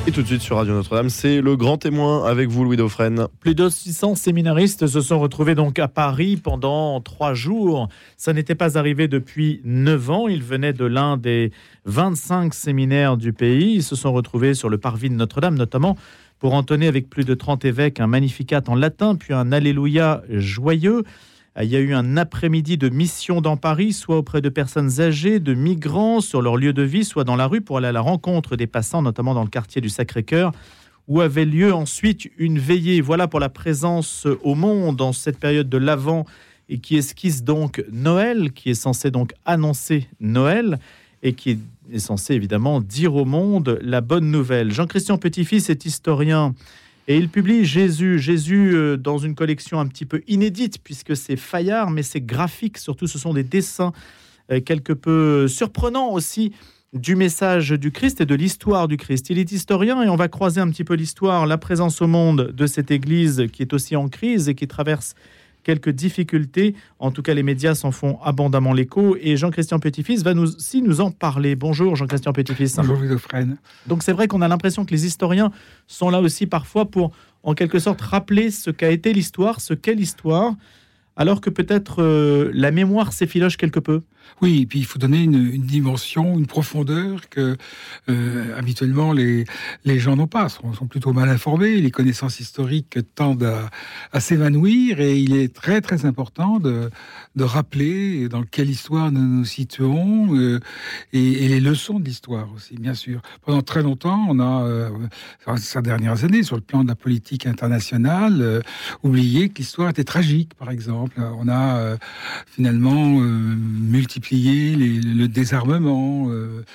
Et tout de suite sur Radio Notre-Dame, c'est le grand témoin avec vous, Louis Dauphren. Plus de 600 séminaristes se sont retrouvés donc à Paris pendant 3 jours. Ça n'était pas arrivé depuis 9 ans. Ils venaient de l'un des 25 séminaires du pays. Ils se sont retrouvés sur le parvis de Notre-Dame, notamment pour entonner avec plus de 30 évêques un Magnificat en latin, puis un Alléluia joyeux. Il y a eu un après-midi de mission dans Paris, soit auprès de personnes âgées, de migrants sur leur lieu de vie, soit dans la rue pour aller à la rencontre des passants, notamment dans le quartier du Sacré-Cœur, où avait lieu ensuite une veillée. Voilà pour la présence au monde dans cette période de l'Avent et qui esquisse donc Noël, qui est censé donc annoncer Noël et qui est censé évidemment dire au monde la bonne nouvelle. Jean-Christian Petit-Fils est historien. Et il publie Jésus dans une collection un petit peu inédite, puisque c'est Fayard, mais c'est graphique, surtout ce sont des dessins quelque peu surprenants aussi du message du Christ et de l'histoire du Christ. Il est historien et on va croiser un petit peu l'histoire, la présence au monde de cette Église qui est aussi en crise et qui traverse quelques difficultés. En tout cas, les médias s'en font abondamment l'écho. Et Jean-Christian Petit-Fils va nous en parler. Bonjour Jean-Christian Petit-Fils. Bonjour Louis Dauphren. Donc c'est vrai qu'on a l'impression que les historiens sont là aussi parfois pour, en quelque sorte, rappeler ce qu'a été l'histoire, ce qu'est l'histoire, alors que peut-être la mémoire s'effiloche quelque peu. Oui, et puis il faut donner une dimension, une profondeur que habituellement les gens n'ont pas, sont plutôt mal informés, les connaissances historiques tendent à s'évanouir, et il est très très important de rappeler dans quelle histoire nous nous situons, et les leçons de l'histoire aussi, bien sûr. Pendant très longtemps, on a, ces dernières années, sur le plan de la politique internationale, oublié que l'histoire était tragique, par exemple. On a finalement multiplié le désarmement,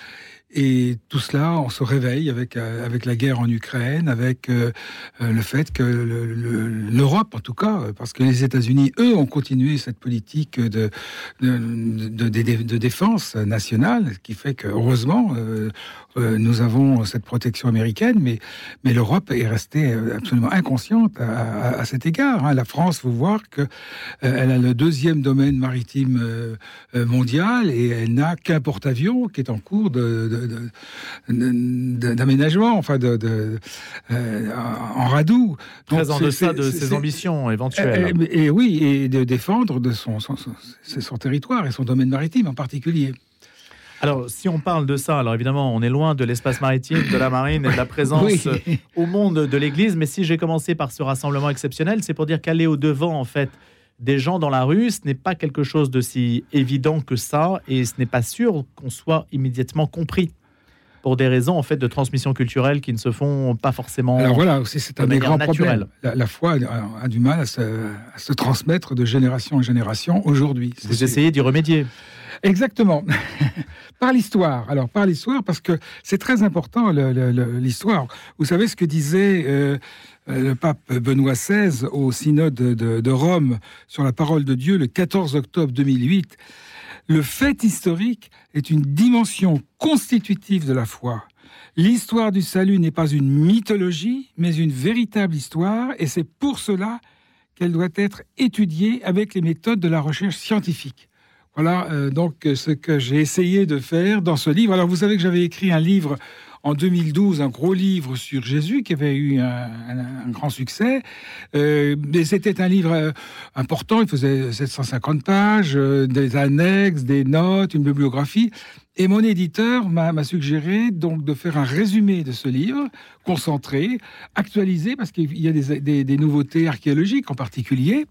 et tout cela, on se réveille avec la guerre en Ukraine, avec le fait que l'Europe, en tout cas, parce que les États-Unis, eux, ont continué cette politique de défense nationale, qui fait que, heureusement, nous avons cette protection américaine, mais l'Europe est restée absolument inconsciente à cet égard. La France, faut voir que elle a le 2e domaine maritime mondial, et elle n'a qu'un porte-avions qui est en cours d'aménagement, enfin en radoux. Donc, très en deçà de ses ambitions éventuelles. Et oui, et de défendre son territoire et son domaine maritime en particulier. Alors, si on parle de ça, alors évidemment, on est loin de l'espace maritime, de la marine et de la présence au monde de l'Église. Mais si j'ai commencé par ce rassemblement exceptionnel, c'est pour dire qu'aller au-devant, en fait, des gens dans la rue, ce n'est pas quelque chose de si évident que ça, et ce n'est pas sûr qu'on soit immédiatement compris, pour des raisons en fait de transmission culturelle qui ne se font pas forcément. Alors voilà, c'est un des grands problèmes. La foi a du mal à se transmettre de génération en génération aujourd'hui. Vous essayez d'y remédier. Exactement. Par l'histoire. Alors, par l'histoire, parce que c'est très important, l'histoire. Vous savez ce que disait le pape Benoît XVI au synode de Rome sur la parole de Dieu le 14 octobre 2008. Le fait historique est une dimension constitutive de la foi. L'histoire du salut n'est pas une mythologie, mais une véritable histoire, et c'est pour cela qu'elle doit être étudiée avec les méthodes de la recherche scientifique. Voilà donc ce que j'ai essayé de faire dans ce livre. Alors vous savez que j'avais écrit un livre en 2012, un gros livre sur Jésus qui avait eu un grand succès. Mais c'était un livre important, il faisait 750 pages, des annexes, des notes, une bibliographie. Et mon éditeur m'a suggéré donc de faire un résumé de ce livre, concentré, actualisé, parce qu'il y a des nouveautés archéologiques en particulier.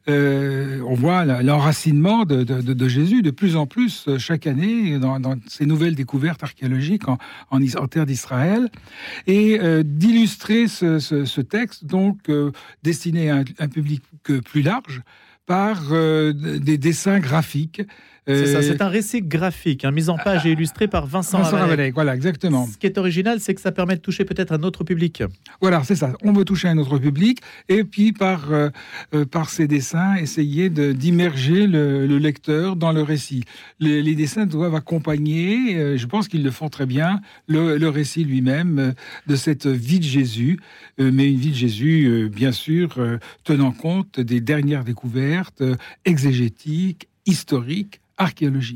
On voit l'enracinement de Jésus de plus en plus chaque année dans ces nouvelles découvertes archéologiques en terre d'Israël, et d'illustrer ce texte donc destiné à un public plus large par des dessins graphiques. C'est ça, c'est un récit graphique, mis en page et illustré par Vincent Ravalec. Voilà, exactement. Ce qui est original, c'est que ça permet de toucher peut-être un autre public. Voilà, c'est ça. On veut toucher un autre public, et puis par ces dessins, essayer d'immerger le lecteur dans le récit. Les dessins doivent accompagner, je pense qu'ils le font très bien, le récit lui-même de cette vie de Jésus, mais une vie de Jésus, bien sûr, tenant compte des dernières découvertes exégétiques, historiques, archéologiques.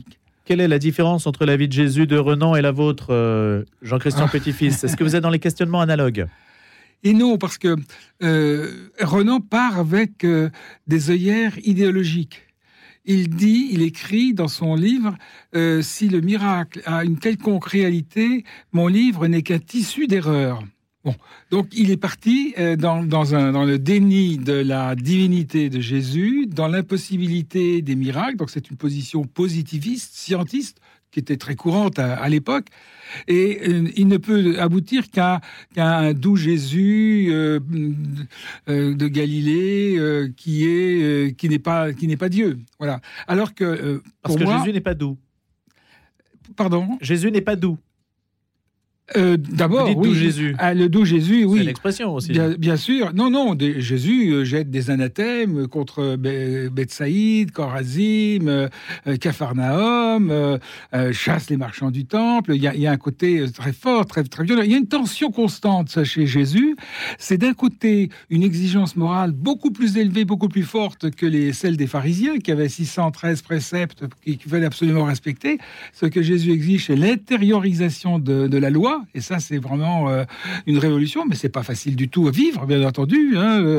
Quelle est la différence entre la vie de Jésus de Renan et la vôtre, Jean-Christian Petit-Fils? Est-ce que vous êtes dans les questionnements analogues? Et non, parce que Renan part avec des œillères idéologiques. Il écrit dans son livre si le miracle a une quelconque réalité, mon livre n'est qu'un tissu d'erreurs. Bon, donc il est parti dans le déni de la divinité de Jésus, dans l'impossibilité des miracles. Donc c'est une position positiviste, scientiste, qui était très courante à l'époque. Et il ne peut aboutir qu'à un doux Jésus de Galilée qui n'est pas Dieu. Voilà. Alors que parce que Jésus n'est pas doux. Pardon. Jésus n'est pas doux. D'abord, oui, Jésus. Le doux Jésus, oui. C'est l'expression aussi. Bien sûr. Non, Jésus jette des anathèmes contre Bethsaïde, Chorazim, Capharnaüm, chasse les marchands du temple. Il y a un côté très fort, très, très violent. Il y a une tension constante chez Jésus. C'est d'un côté une exigence morale beaucoup plus élevée, beaucoup plus forte que celle des pharisiens, qui avaient 613 préceptes qu'il fallait absolument respecter. Ce que Jésus exige, c'est l'intériorisation de la loi. Et ça, c'est vraiment une révolution, mais c'est pas facile du tout à vivre, bien entendu.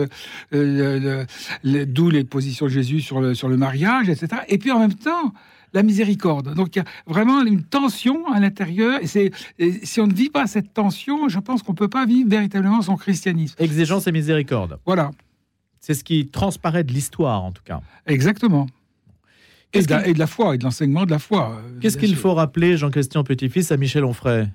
D'où les positions de Jésus sur le mariage, etc. Et puis en même temps, la miséricorde. Donc il y a vraiment une tension à l'intérieur. Et si on ne vit pas cette tension, je pense qu'on peut pas vivre véritablement son christianisme. Exigence et miséricorde. Voilà. C'est ce qui transparaît de l'histoire, en tout cas. Exactement. Et de la foi, et de l'enseignement de la foi. Qu'est-ce qu'il faut rappeler, Jean-Christian Petit-Fils, à Michel Onfray?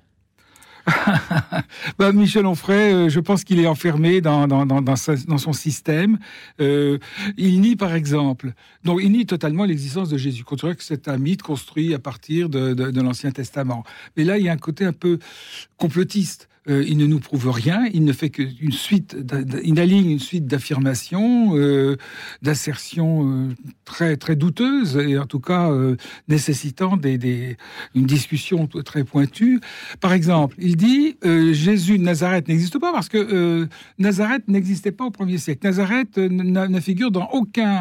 Michel Onfray, je pense qu'il est enfermé dans son système. Il nie, par exemple, il nie totalement l'existence de Jésus. On dirait que c'est un mythe construit à partir de l'Ancien Testament. Mais là, il y a un côté un peu complotiste. Il ne nous prouve rien, il ne fait qu'une suite, il aligne une suite d'affirmations, d'assertions très très douteuses et en tout cas nécessitant une discussion très pointue. Par exemple, il dit Jésus de Nazareth n'existe pas parce que Nazareth n'existait pas au 1er siècle. Nazareth ne figure dans aucun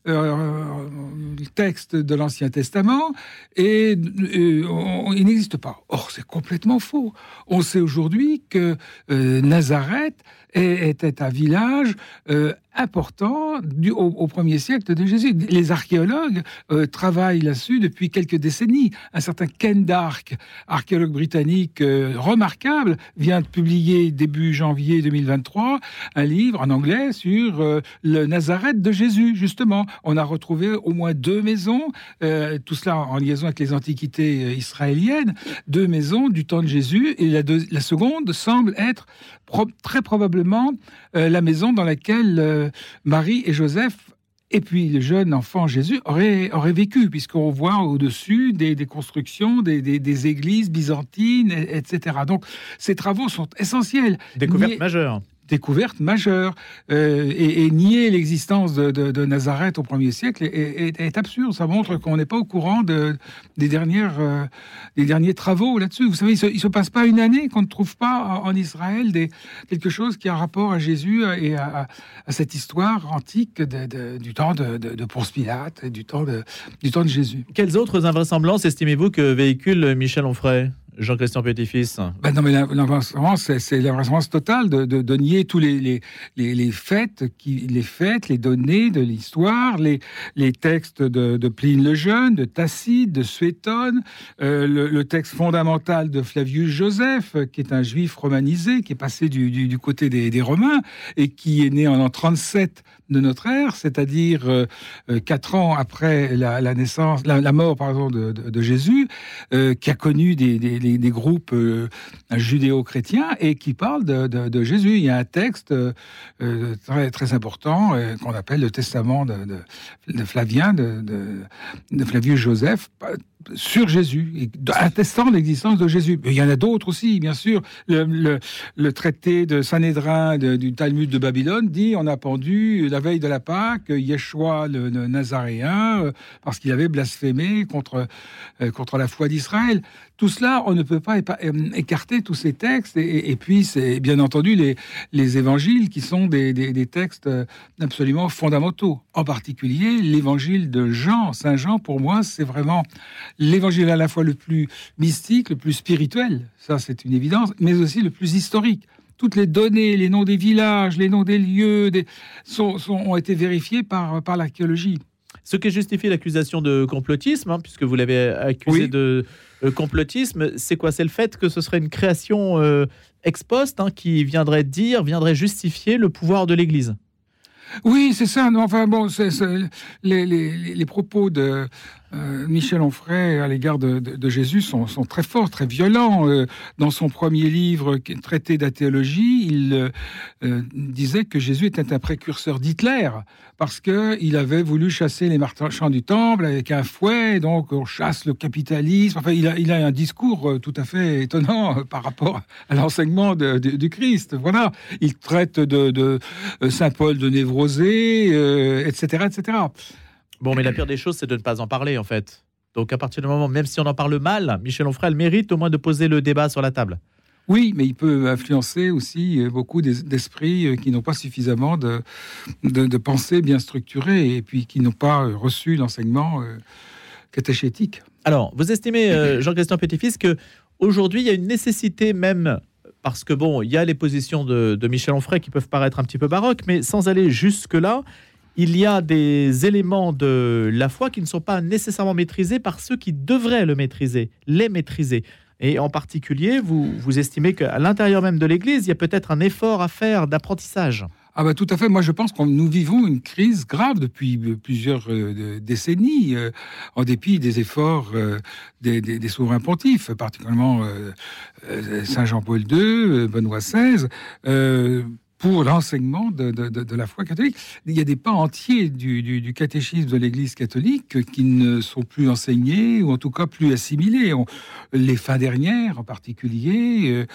texte de l'Ancien Testament et il n'existe pas. Or, c'est complètement faux. On sait aujourd'hui que Nazareth était un village important au 1er siècle de Jésus. Les archéologues travaillent là-dessus depuis quelques décennies. Un certain Ken Dark, archéologue britannique remarquable, vient de publier début janvier 2023 un livre en anglais sur le Nazareth de Jésus, justement. On a retrouvé au moins 2 maisons, tout cela en liaison avec les antiquités israéliennes, 2 maisons du temps de Jésus, et la seconde semble être très probablement la maison dans laquelle Marie et Joseph et puis le jeune enfant Jésus auraient vécu, puisqu'on voit au-dessus des constructions, des églises byzantines, etc. Donc ces travaux sont essentiels. Découverte majeure. Et nier l'existence de Nazareth au 1er siècle est absurde. Ça montre qu'on n'est pas au courant des derniers travaux là-dessus. Vous savez, il se passe pas une année qu'on ne trouve pas en Israël quelque chose qui a rapport à Jésus et à cette histoire antique du temps de Ponce Pilate, et du temps de Jésus. Quelles autres invraisemblances estimez-vous que véhicule Michel Onfray, Jean-Christian Petit-Fils? Non, mais l'invraisemblance, c'est l'invraisemblance totale de nier tous les faits, les données de l'histoire, les textes de Pline le Jeune, de Tacite, de Suétone, le texte fondamental de Flavius Joseph, qui est un juif romanisé, qui est passé du côté des Romains et qui est né en l'an 37 de notre ère, c'est-à-dire 4 ans après la mort de Jésus, qui a connu des groupes judéo-chrétiens et qui parle de Jésus. Il y a un texte très, très important qu'on appelle le testament de Flavien, de Flavius Joseph, sur Jésus, attestant l'existence de Jésus. Mais il y en a d'autres aussi, bien sûr. Le traité de Sanhédrin du Talmud de Babylone dit on a pendu la veille de la Pâque Yeshua le Nazaréen parce qu'il avait blasphémé contre la foi d'Israël. Tout cela, on ne peut pas écarter tous ces textes. Et puis, c'est bien entendu les évangiles qui sont des textes absolument fondamentaux. En particulier, l'évangile de Jean. Saint Jean, pour moi, c'est vraiment l'évangile à la fois le plus mystique, le plus spirituel, ça c'est une évidence, mais aussi le plus historique. Toutes les données, les noms des villages, les noms des lieux ont été vérifiés par l'archéologie. Ce qui justifie l'accusation de complotisme, puisque vous l'avez accusé de complotisme, c'est quoi? C'est le fait que ce serait une création ex post qui viendrait justifier le pouvoir de l'Église. Oui, c'est ça. Non, enfin bon, les propos de Michel Onfray à l'égard de Jésus sont très forts, très violents. Dans son premier livre, Traité d'athéologie, il disait que Jésus était un précurseur d'Hitler parce qu'il avait voulu chasser les marchands du temple avec un fouet, donc on chasse le capitalisme. Enfin, il a un discours tout à fait étonnant par rapport à l'enseignement du Christ. Voilà, il traite de Saint Paul de névrosé, etc., etc. Bon, mais la pire des choses, c'est de ne pas en parler, en fait. Donc, à partir du moment, même si on en parle mal, Michel Onfray mérite au moins de poser le débat sur la table. Oui, mais il peut influencer aussi beaucoup d'esprits qui n'ont pas suffisamment de pensée bien structurée et puis qui n'ont pas reçu l'enseignement catéchétique. Alors, vous estimez, Jean-Christian Petit-Fils, qu'aujourd'hui, il y a une nécessité même, parce que, bon, il y a les positions de Michel Onfray qui peuvent paraître un petit peu baroques, mais sans aller jusque-là, il y a des éléments de la foi qui ne sont pas nécessairement maîtrisés par ceux qui devraient les maîtriser. Et en particulier, vous estimez qu'à l'intérieur même de l'Église, il y a peut-être un effort à faire d'apprentissage. Ah bah tout à fait. Moi, je pense que nous vivons une crise grave depuis plusieurs décennies, en dépit des efforts des souverains pontifes, particulièrement Saint Jean-Paul II, Benoît XVI, pour l'enseignement de la foi catholique. Il y a des pans entiers du catéchisme de l'Église catholique qui ne sont plus enseignés, ou en tout cas plus assimilés. Les fins dernières, en particulier,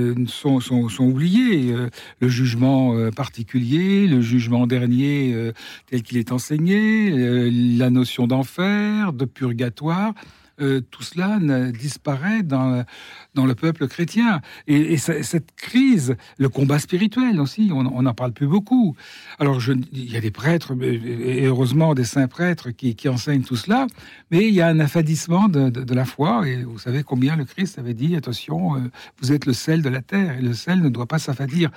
sont oubliées. Le jugement particulier, le jugement dernier tel qu'il est enseigné, la notion d'enfer, de purgatoire... tout cela disparaît dans le peuple chrétien. Et cette crise, le combat spirituel aussi, on n'en parle plus beaucoup. Alors, il y a des prêtres, et heureusement des saints prêtres qui enseignent tout cela, mais il y a un affadissement de la foi, et vous savez combien le Christ avait dit, attention, vous êtes le sel de la terre, et le sel ne doit pas s'affadir.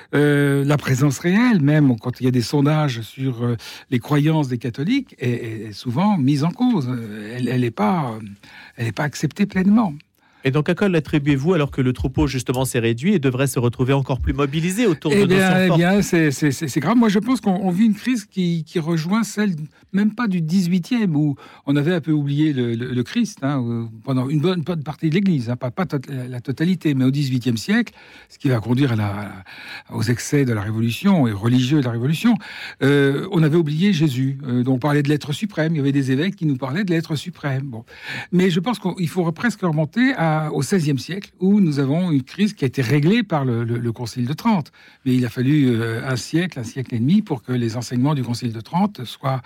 La présence réelle, même quand il y a des sondages sur les croyances des catholiques, est souvent mise en cause. Elle n'est pas acceptée pleinement. Et donc, à quoi l'attribuez-vous alors que le troupeau, justement, s'est réduit et devrait se retrouver encore plus mobilisé autour de notions fortes? Eh bien, c'est grave. Moi, je pense qu'on vit une crise qui rejoint celle, même pas du 18e, où on avait un peu oublié le Christ, pendant une bonne partie de l'Église, pas la totalité, mais au 18e siècle, ce qui va conduire aux excès de la Révolution et religieux de la Révolution. On avait oublié Jésus. Donc, on parlait de l'être suprême. Il y avait des évêques qui nous parlaient de l'être suprême. Bon. Mais je pense qu'il faut presque remonter au XVIe siècle, où nous avons une crise qui a été réglée par le Concile de Trente. Mais il a fallu un siècle et demi pour que les enseignements du Concile de Trente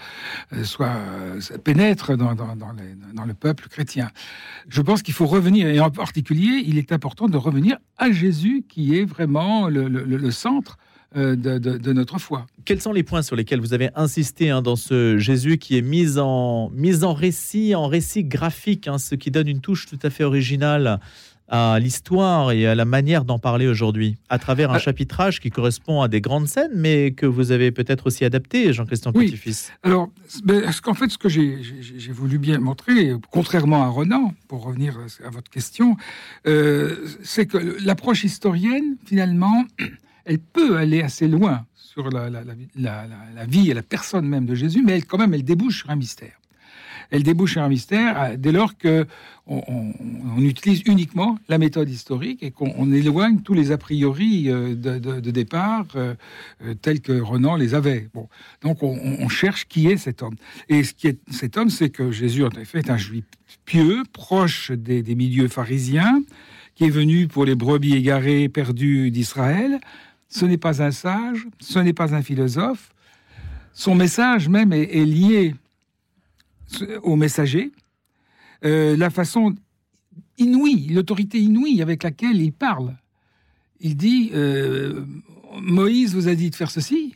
pénètrent dans le peuple chrétien. Je pense qu'il faut revenir, et en particulier, il est important de revenir à Jésus, qui est vraiment le centre de notre foi. Quels sont les points sur lesquels vous avez insisté dans ce Jésus qui est mis en récit graphique, ce qui donne une touche tout à fait originale à l'histoire et à la manière d'en parler aujourd'hui, à travers un chapitrage qui correspond à des grandes scènes, mais que vous avez peut-être aussi adapté, Jean-Christian Petit-Fils. Alors, en fait, ce que j'ai voulu bien montrer, contrairement à Renan, pour revenir à votre question, c'est que l'approche historienne, finalement, elle peut aller assez loin sur la vie et la personne même de Jésus, mais elle débouche sur un mystère. Elle débouche sur un mystère dès lors qu'on utilise uniquement la méthode historique et qu'on éloigne tous les a priori de départ tels que Renan les avait. Bon. Donc on cherche qui est cet homme. Et ce qui est cet homme, c'est que Jésus, en effet, est un juif pieux, proche des milieux pharisiens, qui est venu pour les brebis égarées perdues d'Israël. Ce n'est pas un sage, ce n'est pas un philosophe. Son message même est lié au messager. La façon inouïe, l'autorité inouïe avec laquelle il parle. Il dit, Moïse vous a dit de faire ceci,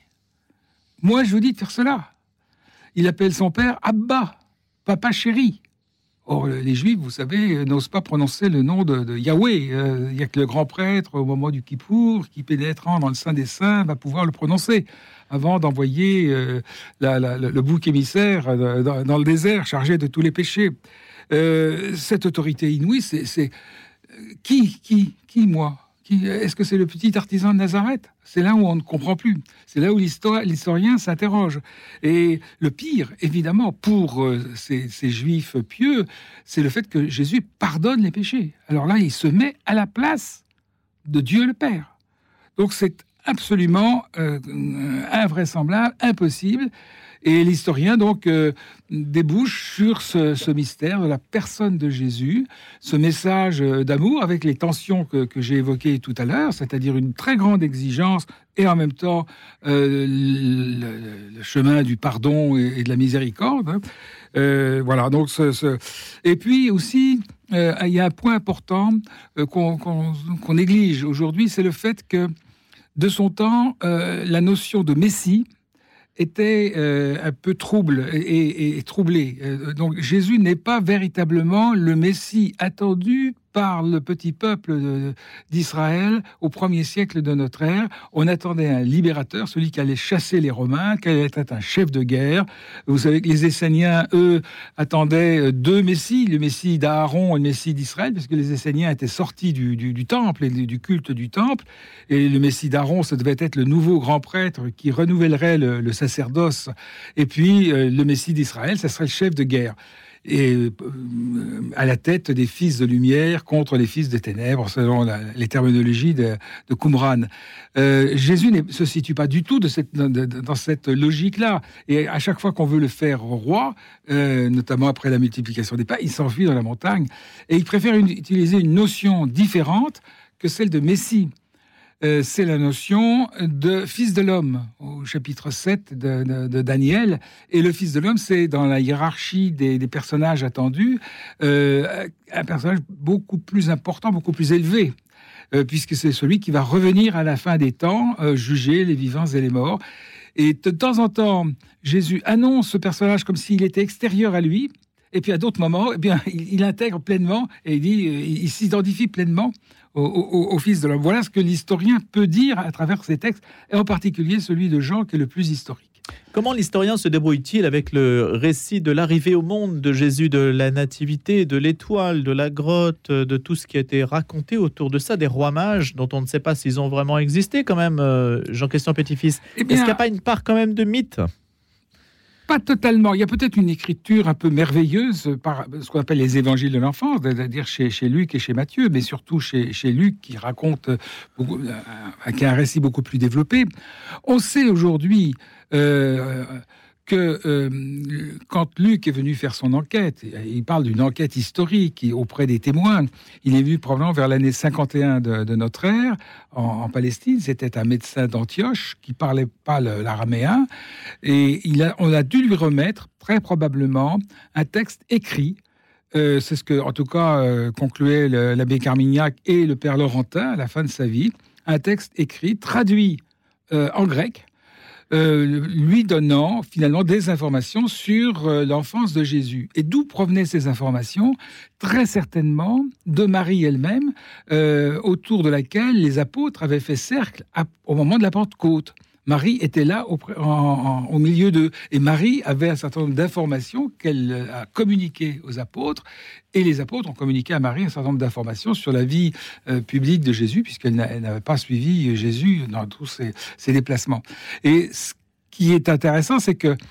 moi je vous dis de faire cela. Il appelle son père Abba, papa chéri. Or, les Juifs, vous savez, n'osent pas prononcer le nom de Yahweh. Il n'y a que le grand prêtre, au moment du Kippour, qui pénétrant dans le Saint des Saints, va pouvoir le prononcer, avant d'envoyer le bouc émissaire dans le désert, chargé de tous les péchés. Cette autorité inouïe, c'est qui moi? Est-ce que c'est le petit artisan de Nazareth? C'est là où on ne comprend plus. C'est là où l'historien s'interroge. Et le pire, évidemment, pour ces Juifs pieux, c'est le fait que Jésus pardonne les péchés. Alors là, il se met à la place de Dieu le Père. Donc c'est absolument invraisemblable, impossible. Et l'historien, donc, débouche sur ce mystère de la personne de Jésus, ce message d'amour avec les tensions que j'ai évoquées tout à l'heure, c'est-à-dire une très grande exigence et en même temps le chemin du pardon et de la miséricorde. Voilà, donc et puis aussi, il y a un point important qu'on néglige aujourd'hui, c'est le fait que, de son temps, la notion de Messie était un peu troublée. Donc Jésus n'est pas véritablement le Messie attendu par le petit peuple d'Israël au 1er siècle de notre ère. On attendait un libérateur, celui qui allait chasser les Romains, qui allait être un chef de guerre. Vous savez que les Esséniens, eux, attendaient deux Messies, le Messie d'Aaron et le Messie d'Israël, parce que les Esséniens étaient sortis du temple et du culte du temple. Et le Messie d'Aaron, ça devait être le nouveau grand prêtre qui renouvellerait le sacerdoce. Et puis, le Messie d'Israël, ça serait le chef de guerre. Et à la tête des fils de lumière contre les fils de ténèbres, selon les terminologies de Qumran. Jésus ne se situe pas du tout dans cette logique-là. Et à chaque fois qu'on veut le faire roi, notamment après la multiplication des pains, il s'enfuit dans la montagne. Et il préfère utiliser une notion différente que celle de Messie. C'est la notion de fils de l'homme, au chapitre 7 de Daniel. Et le fils de l'homme, c'est dans la hiérarchie des personnages attendus, un personnage beaucoup plus important, beaucoup plus élevé, puisque c'est celui qui va revenir à la fin des temps, juger les vivants et les morts. Et de temps en temps, Jésus annonce ce personnage comme s'il était extérieur à lui, et puis à d'autres moments, eh bien, il intègre pleinement, et il s'identifie pleinement au Fils de l'homme. Voilà ce que l'historien peut dire à travers ces textes, et en particulier celui de Jean, qui est le plus historique. Comment l'historien se débrouille-t-il avec le récit de l'arrivée au monde de Jésus, de la nativité, de l'étoile, de la grotte, de tout ce qui a été raconté autour de ça, des rois mages, dont on ne sait pas s'ils ont vraiment existé quand même, Jean-Christian Petit-Fils. Est-ce qu'il n'y a pas une part quand même de mythe ? Pas totalement. Il y a peut-être une écriture un peu merveilleuse par ce qu'on appelle les évangiles de l'enfance, c'est-à-dire chez Luc et chez Matthieu, mais surtout chez Luc, qui raconte, qui a un récit beaucoup plus développé. On sait aujourd'hui que quand Luc est venu faire son enquête, il parle d'une enquête historique auprès des témoins, il est venu probablement vers l'année 51 de notre ère, en Palestine. C'était un médecin d'Antioche qui parlait pas l'araméen, et on a dû lui remettre, très probablement, un texte écrit. C'est ce que, en tout cas, concluaient l'abbé Carmignac et le père Laurentin à la fin de sa vie, un texte écrit, traduit en grec, lui donnant finalement des informations sur l'enfance de Jésus. Et d'où provenaient ces informations? Très certainement de Marie elle-même, autour de laquelle les apôtres avaient fait cercle au moment de la Pentecôte. Marie était là au milieu d'eux. Et Marie avait un certain nombre d'informations qu'elle a communiquées aux apôtres. Et les apôtres ont communiqué à Marie un certain nombre d'informations sur la vie publique de Jésus, puisqu'elle n'avait pas suivi Jésus dans tous ses déplacements. Et ce qui est intéressant, c'est que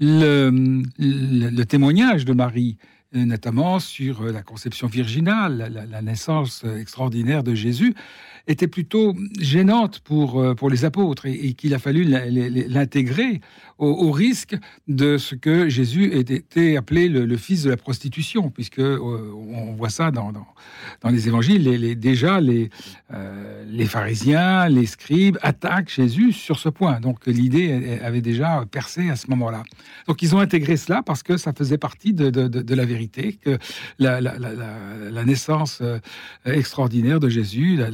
le témoignage de Marie, notamment sur la conception virginale, la naissance extraordinaire de Jésus, était plutôt gênante pour les apôtres, et qu'il a fallu l'intégrer au risque de ce que Jésus était appelé le fils de la prostitution, puisque on voit ça dans les évangiles. Déjà, les pharisiens, les scribes attaquent Jésus sur ce point. Donc l'idée avait déjà percé à ce moment-là. Donc ils ont intégré cela parce que ça faisait partie de la vérité, que la naissance extraordinaire de Jésus, la conception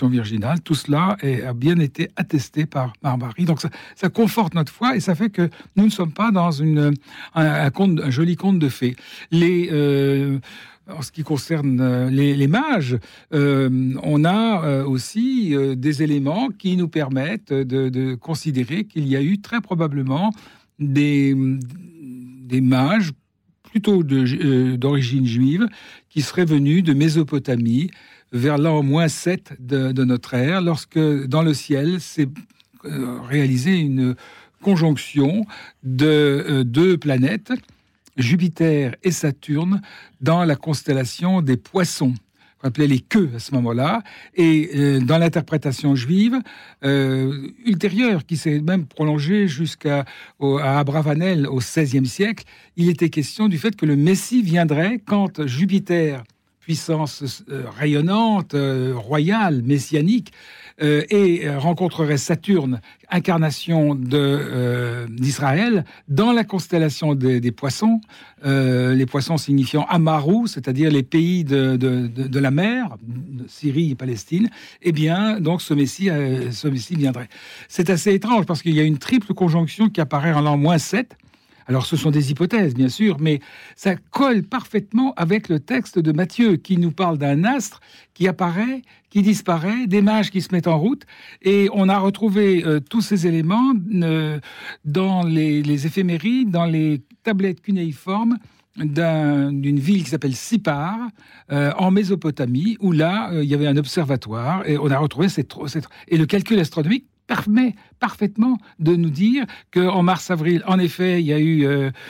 conception virginale. Tout cela a bien été attesté par Marie. Donc ça conforte notre foi et ça fait que nous ne sommes pas dans un joli conte de fées. En ce qui concerne les mages, on a aussi des éléments qui nous permettent de considérer qu'il y a eu très probablement des mages plutôt d'origine juive qui seraient venus de Mésopotamie vers l'an -7 de notre ère, lorsque dans le ciel s'est réalisée une conjonction de deux planètes, Jupiter et Saturne, dans la constellation des Poissons, qu'on appelait les queues à ce moment-là, et dans l'interprétation juive ultérieure, qui s'est même prolongée jusqu'à Abravanel au XVIe siècle, il était question du fait que le Messie viendrait quand Jupiter, puissance rayonnante, royale, messianique, et rencontrerait Saturne, incarnation d'Israël, dans la constellation des Poissons, les Poissons signifiant Amaru, c'est-à-dire les pays de la mer, Syrie et Palestine. Eh bien, donc ce Messie viendrait. C'est assez étrange parce qu'il y a une triple conjonction qui apparaît en l'an -7. Alors, ce sont des hypothèses, bien sûr, mais ça colle parfaitement avec le texte de Matthieu, qui nous parle d'un astre qui apparaît, qui disparaît, des mages qui se mettent en route. Et on a retrouvé tous ces éléments dans les éphémérides, dans les tablettes cunéiformes d'une ville qui s'appelle Sipar, en Mésopotamie, où là, il y avait un observatoire, et on a retrouvé et le calcul astronomique permet parfaitement de nous dire qu'en mars-avril, en effet, il y a eu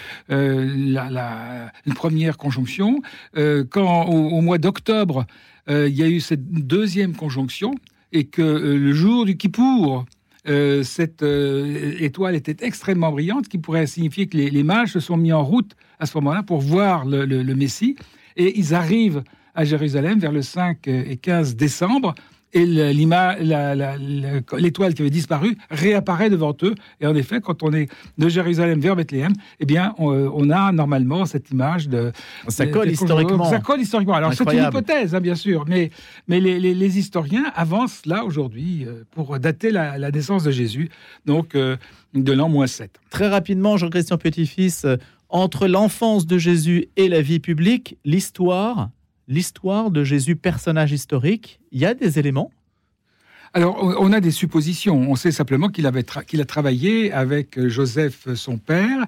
une première conjonction. Quand au mois d'octobre, il y a eu cette deuxième conjonction, et que le jour du Kippour, cette étoile était extrêmement brillante, ce qui pourrait signifier que les mages se sont mis en route à ce moment-là pour voir le Messie, et ils arrivent à Jérusalem vers le 5 et 15 décembre, et l'étoile qui avait disparu réapparaît devant eux. Et en effet, quand on est de Jérusalem vers Bethléem, eh bien, on a normalement cette image de... Ça colle historiquement. Ça colle historiquement. Alors, incroyable. C'est une hypothèse, hein, bien sûr, mais les historiens avancent là, aujourd'hui, pour dater la naissance de Jésus, donc de l'an -7. Très rapidement, Jean-Christian Petit-Fils, entre l'enfance de Jésus et la vie publique, l'histoire de Jésus, personnage historique, il y a des éléments? Alors, on a des suppositions. On sait simplement qu'il a travaillé avec Joseph, son père,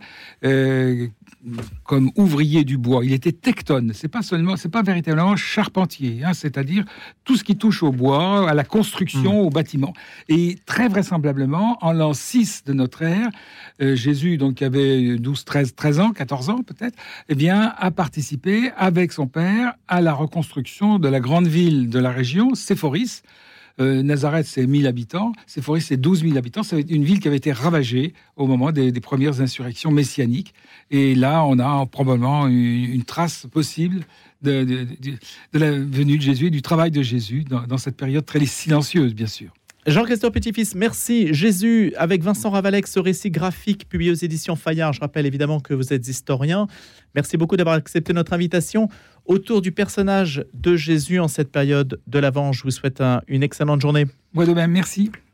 comme ouvrier du bois. Il était tectone. C'est pas véritablement charpentier, hein, c'est-à-dire tout ce qui touche au bois, à la construction, au bâtiment. Et très vraisemblablement, en l'an 6 de notre ère, Jésus, donc, qui avait 13 ans, 14 ans peut-être, eh bien, a participé avec son père à la reconstruction de la grande ville de la région, Séphoris. Nazareth, c'est 1000 habitants. Séphoris, c'est 12 000 habitants. C'est une ville qui avait été ravagée au moment des premières insurrections messianiques. Et là, on a probablement une trace possible de la venue de Jésus et du travail de Jésus dans cette période très silencieuse, bien sûr. Jean-Christophe Petit-Fils, merci. Jésus, avec Vincent Ravalec, ce récit graphique publié aux éditions Fayard. Je rappelle évidemment que vous êtes historien. Merci beaucoup d'avoir accepté notre invitation autour du personnage de Jésus en cette période de l'Avent. Je vous souhaite une excellente journée. Moi de même, merci.